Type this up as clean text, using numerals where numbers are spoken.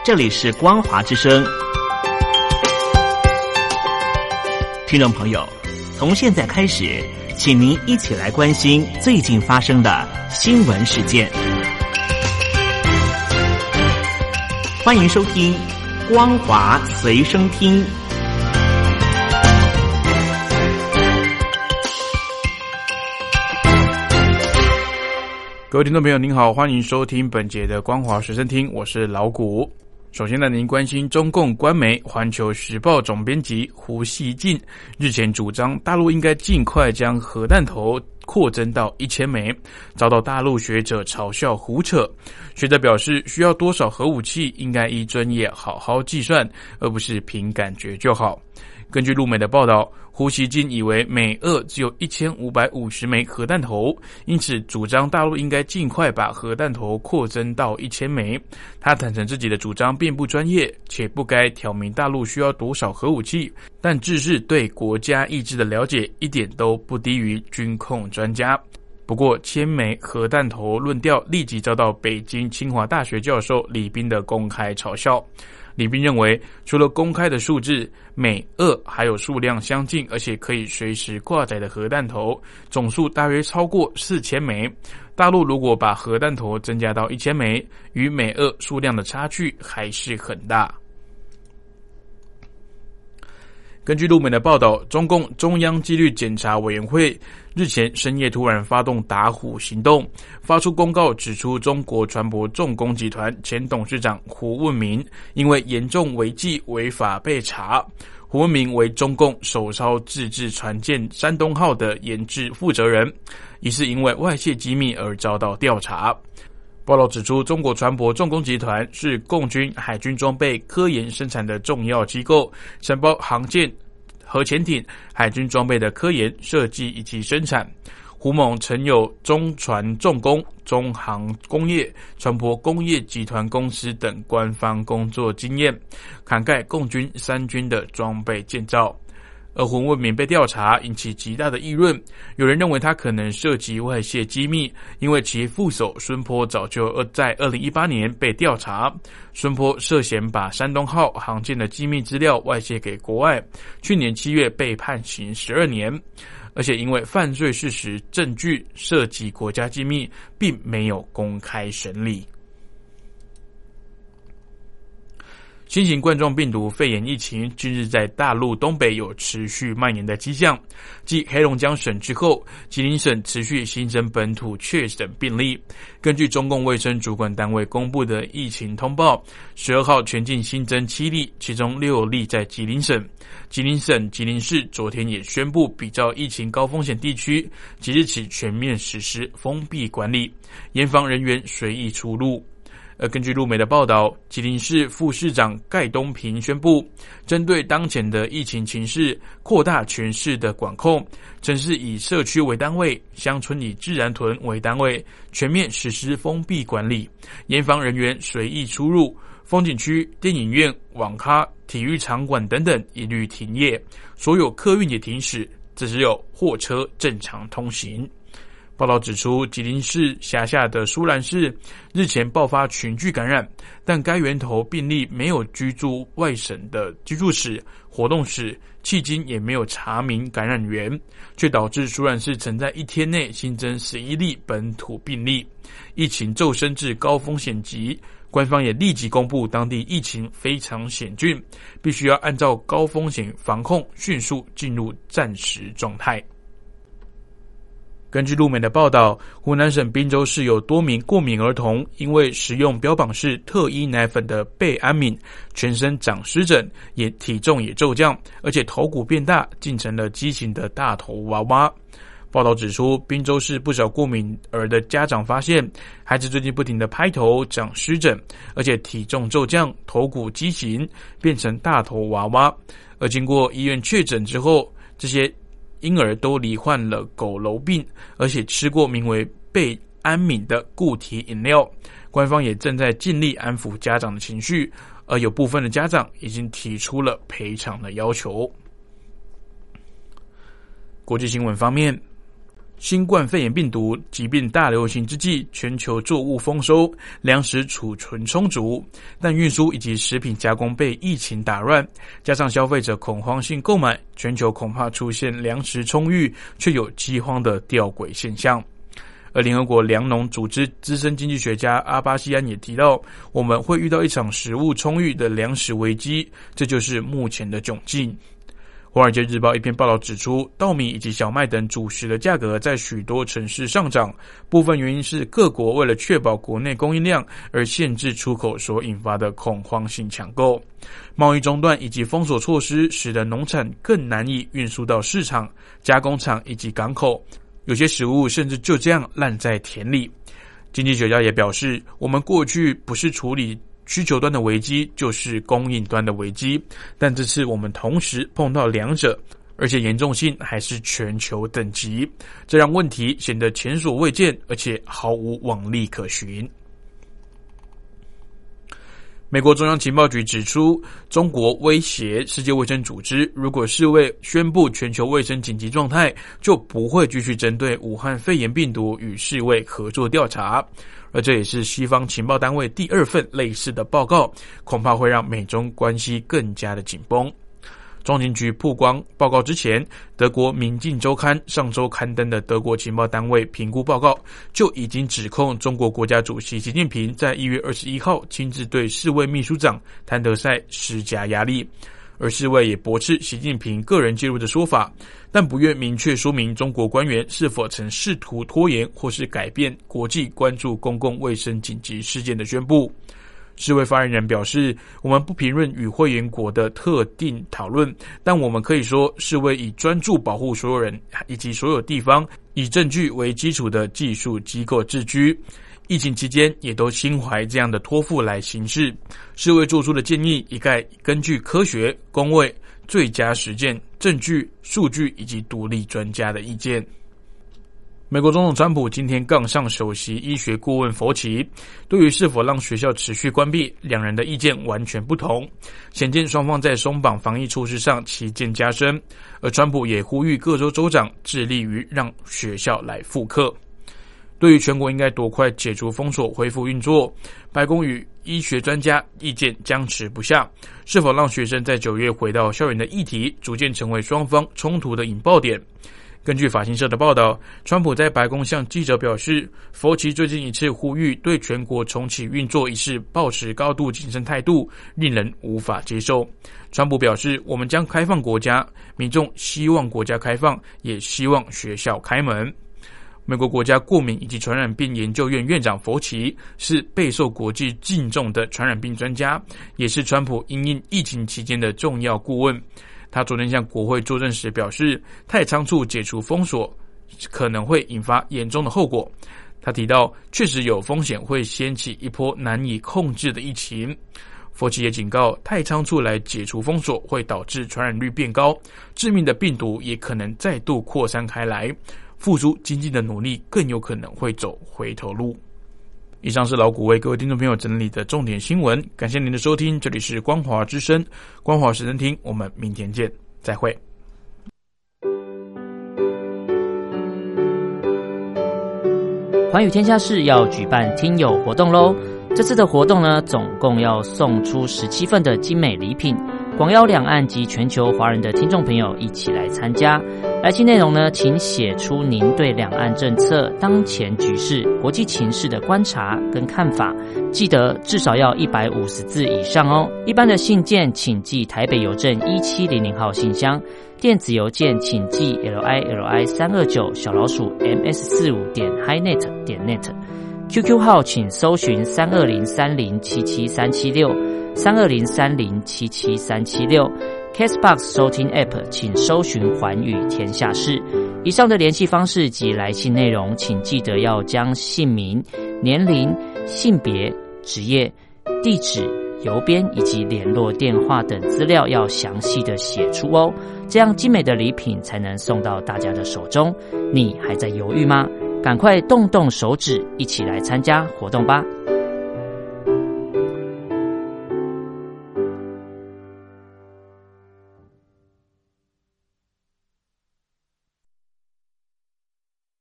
这里是光华之声。听众朋友，从现在开始，请您一起来关心最近发生的新闻事件。欢迎收听光华随声听。 各位听众朋友您好，欢迎收听本节的光华随身听，我是老谷。首先带您关心中共官媒环球时报总编辑胡锡进日前主张大陆应该尽快将核弹头扩增到1000枚，遭到大陆学者嘲笑胡扯。学者表示，需要多少核武器应该依专业好好计算，而不是凭感觉就好。根据路媒的报道，胡锡进以为美俄只有1550枚核弹头，因此主张大陆应该尽快把核弹头扩增到1000枚。他坦诚自己的主张并不专业，且不该挑明大陆需要多少核武器，但至是对国家意志的了解一点都不低于军控专家。不过1000枚核弹头论调立即遭到北京清华大学教授李斌的公开嘲笑。李斌认为，除了公开的数字，美俄还有数量相近而且可以随时挂载的核弹头，总数大约超过4000枚。大陆如果把核弹头增加到1000枚，与美俄数量的差距还是很大。根据路媒的报道，中共中央纪律检查委员会日前深夜突然发动打虎行动，发出公告指出，中国船舶重工集团前董事长胡文明因为严重违纪违法被查。胡文明为中共首艘自制船舰山东号的研制负责人，疑似因为外泄机密而遭到调查。报道指出，中国船舶重工集团是共军海军装备科研生产的重要机构，承包航舰、核潜艇、海军装备的科研、设计以及生产。胡某曾有中船重工、中航工业、船舶工业集团公司等官方工作经验，涵盖共军3军的装备建造。而胡文明被调查引起极大的议论，有人认为他可能涉及外泄机密，因为其副手孙波早就在2018年被调查。孙波涉嫌把山东号航舰的机密资料外泄给国外，去年7月被判刑12年，而且因为犯罪事实证据涉及国家机密，并没有公开审理。新型冠状病毒肺炎疫情近日在大陆东北有持续蔓延的迹象，继黑龙江省之后，吉林省持续新增本土确诊病例。根据中共卫生主管单位公布的疫情通报，12号全境新增7例，其中6例在吉林省。吉林省吉林市昨天也宣布，比照疫情高风险地区，即日起全面实施封闭管理，严防人员随意出入。而根据路媒的报道，吉林市副市长盖东平宣布，针对当前的疫情情势，扩大全市的管控，城市以社区为单位，乡村以自然屯为单位，全面实施封闭管理，严防人员随意出入。风景区、电影院、网咖、体育场馆等等一律停业，所有客运也停驶，只有货车正常通行。报道指出，吉林市辖下的舒兰市日前爆发群聚感染，但该源头病例没有居住外省的居住史、活动史，迄今也没有查明感染源，却导致舒兰市曾在1天内新增11例本土病例，疫情骤升至高风险级。官方也立即公布当地疫情非常险峻，必须要按照高风险防控迅速进入战时状态。根据路媒的报道，湖南省滨州市有多名过敏儿童因为食用标榜是特一奶粉的贝安敏，全身长湿疹，体重也骤降，而且头骨变大，竟成了畸形的大头娃娃。报道指出，滨州市不少过敏儿的家长发现，孩子最近不停地拍头、长湿疹，而且体重骤降，头骨畸形，变成大头娃娃。而经过医院确诊之后，这些婴儿都罹患了狗瘘病，而且吃过名为贝安敏的固体饮料。官方也正在尽力安抚家长的情绪，而有部分的家长已经提出了赔偿的要求。国际新闻方面， 新冠肺炎病毒疾病大流行之际，全球作物丰收，粮食储存充足，但运输以及食品加工被疫情打乱，加上消费者恐慌性购买，全球恐怕出现粮食充裕却有饥荒的吊诡现象。而联合国粮农组织资深经济学家阿巴西安也提到，我们会遇到一场食物充裕的粮食危机，这就是目前的窘境。华尔街日报一篇报道指出，稻米以及小麦等主食的价格在许多城市上涨，部分原因是各国为了确保国内供应量而限制出口所引发的恐慌性抢购。贸易中断以及封锁措施使得农产更难以运输到市场、加工厂以及港口，有些食物甚至就这样烂在田里。经济学家也表示，我们过去不是处理需求端的危机，就是供应端的危机，但这次我们同时碰到两者，而且严重性还是全球等级，这让问题显得前所未见，而且毫无往例可循。美国中央情报局指出，中国威胁世界卫生组织，如果世卫宣布全球卫生紧急状态，就不会继续针对武汉肺炎病毒与世卫合作调查。而这也是西方情报单位第二份类似的报告，恐怕会让美中关系更加的紧绷。中情局曝光报告之前，德国民进周刊上周刊登的德国情报单位评估报告就已经指控中国国家主席习近平在1月21号亲自对世卫秘书长谭德赛施加压力，而世卫也驳斥习近平个人介入的说法，但不愿明确说明中国官员是否曾试图拖延或是改变国际关注公共卫生紧急事件的宣布。世卫发言人表示，我们不评论与会员国的特定讨论，但我们可以说，世卫以专注保护所有人以及所有地方以证据为基础的技术机构自居，疫情期间也都心怀这样的托付来行事。世卫做出的建议一概根据科学、公卫、最佳实践、证据、数据以及独立专家的意见。美国总统川普今天杠上首席医学顾问佛奇，对于是否让学校持续关闭，两人的意见完全不同，显见双方在松绑防疫措施上歧见加深，而川普也呼吁各州州长致力于让学校来复课。对于全国应该多快解除封锁恢复运作，白宫与医学专家意见僵持不下，是否让学生在9月回到校园的议题逐渐成为双方冲突的引爆点。根据法新社的报道，川普在白宫向记者表示，佛奇最近一次呼吁对全国重启运作一事抱持高度谨慎态度，令人无法接受。川普表示，我们将开放国家，民众希望国家开放，也希望学校开门。美国国家过敏以及传染病研究院院长佛奇是备受国际敬重的传染病专家，也是川普因应疫情期间的重要顾问。他昨天向国会作证时表示，太仓促解除封锁可能会引发严重的后果。他提到，确实有风险会掀起一波难以控制的疫情。佛奇也警告，太仓促来解除封锁会导致传染率变高，致命的病毒也可能再度扩散开来，复苏经济的努力更有可能会走回头路。以上是老古为各位听众朋友整理的重点新闻，感谢您的收听，这里是光华之声，光华时政听，我们明天见，再会。 寰宇天下室要举办听友活动咯，这次的活动呢，总共要送出17份的精美礼品，广邀两岸及全球华人的听众朋友一起来参加。来信内容呢，请写出您对两岸政策、当前局势、国际情势的观察跟看法，记得至少要150字以上哦。一般的信件请寄台北邮政1700号信箱，电子邮件请寄 LILI329小老鼠ms45.highnet.net。QQ 号请搜寻323030773632307736，Castbox 收听 App 请搜寻寰宇天下事。以上的联系方式及来信内容，请记得要将姓名、年龄、性别、职业、地址、邮编以及联络电话等资料要详细的写出哦，这样精美的礼品才能送到大家的手中。你还在犹豫吗？赶快动动手指，一起来参加活动吧！